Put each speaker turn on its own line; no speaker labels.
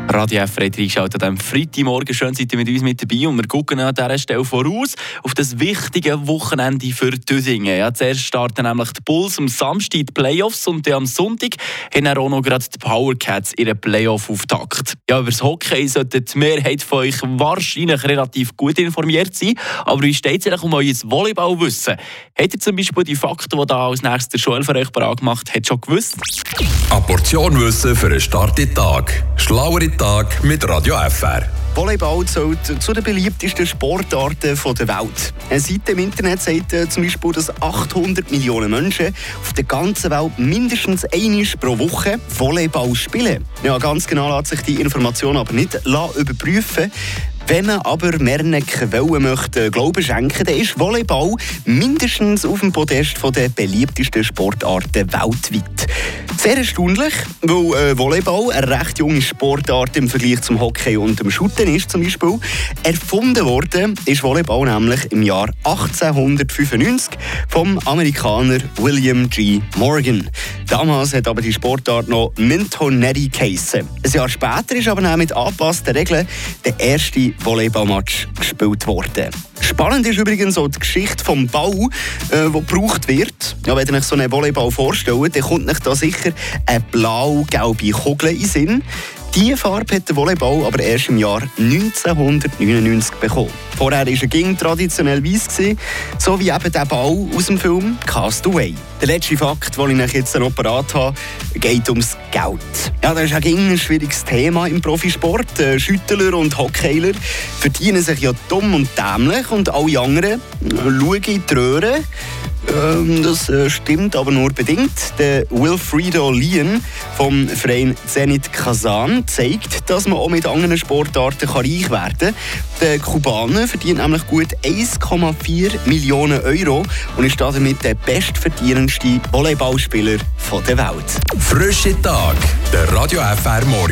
Radio FR hat reingeschaltet am Freitagmorgen. Schön seid ihr mit uns mit dabei und wir gucken an dieser Stelle voraus auf das wichtige Wochenende für Düdingen. Ja, zuerst starten nämlich die Bulls am Samstag die Playoffs und am Sonntag haben auch noch gerade die Powercats ihren Playoff-Auftakt. Ja, über das Hockey sollte die Mehrheit von euch wahrscheinlich relativ gut informiert sein. Aber wie steht es eigentlich um euer Volleyballwissen? Habt ihr zum Beispiel die Fakten, die da als nächstes der Joel für euch bereit gemacht hat, schon gewusst?
Eine Portion Wissen für einen starken Tag. Schlauere Tag mit Radio FR.
Volleyball zählt zu den beliebtesten Sportarten der Welt. Eine Seite im Internet sagt zum Beispiel, dass 800 Millionen Menschen auf der ganzen Welt mindestens einmal pro Woche Volleyball spielen. Ja, ganz genau lässt sich die Information aber nicht überprüfen. Wenn man aber mehreren Quellen möchte Glauben schenken, dann ist Volleyball mindestens auf dem Podest der beliebtesten Sportarten weltweit. Sehr erstaunlich, weil Volleyball eine recht junge Sportart im Vergleich zum Hockey und dem Shooten ist zum Beispiel. Erfunden worden ist Volleyball nämlich im Jahr 1895 vom Amerikaner William G. Morgan. Damals hat aber die Sportart noch Mintoneri geheissen. Ein Jahr später ist aber auch mit angepassten Regeln der erste Volleyballmatch gespielt worden. Spannend ist übrigens auch die Geschichte vom Ball, der gebraucht wird. Ja, wenn ihr euch so einen Volleyball vorstellt, dann kommt euch da sicher eine blau-gelbe Kugel in den Sinn. Diese Farbe hat der Volleyball aber erst im Jahr 1999 bekommen. Vorher war er ging traditionell weiss, so wie eben der Ball aus dem Film Castaway. Der letzte Fakt, den ich euch jetzt noch parat habe, geht ums Geld. Ja, das ist auch ein schwieriges Thema im Profisport. Schüttler und Hockeyler verdienen sich ja dumm und dämlich und alle anderen schauen in die Röhre. Das stimmt aber nur bedingt. Der Wilfredo Lien vom Verein Zenit Kazan zeigt, dass man auch mit anderen Sportarten reich werden kann. Der Kubaner verdient nämlich gut 1,4 Millionen Euro und ist damit der bestverdienendste Volleyballspieler der Welt.
Frische Tag, der Radio FR Morgen.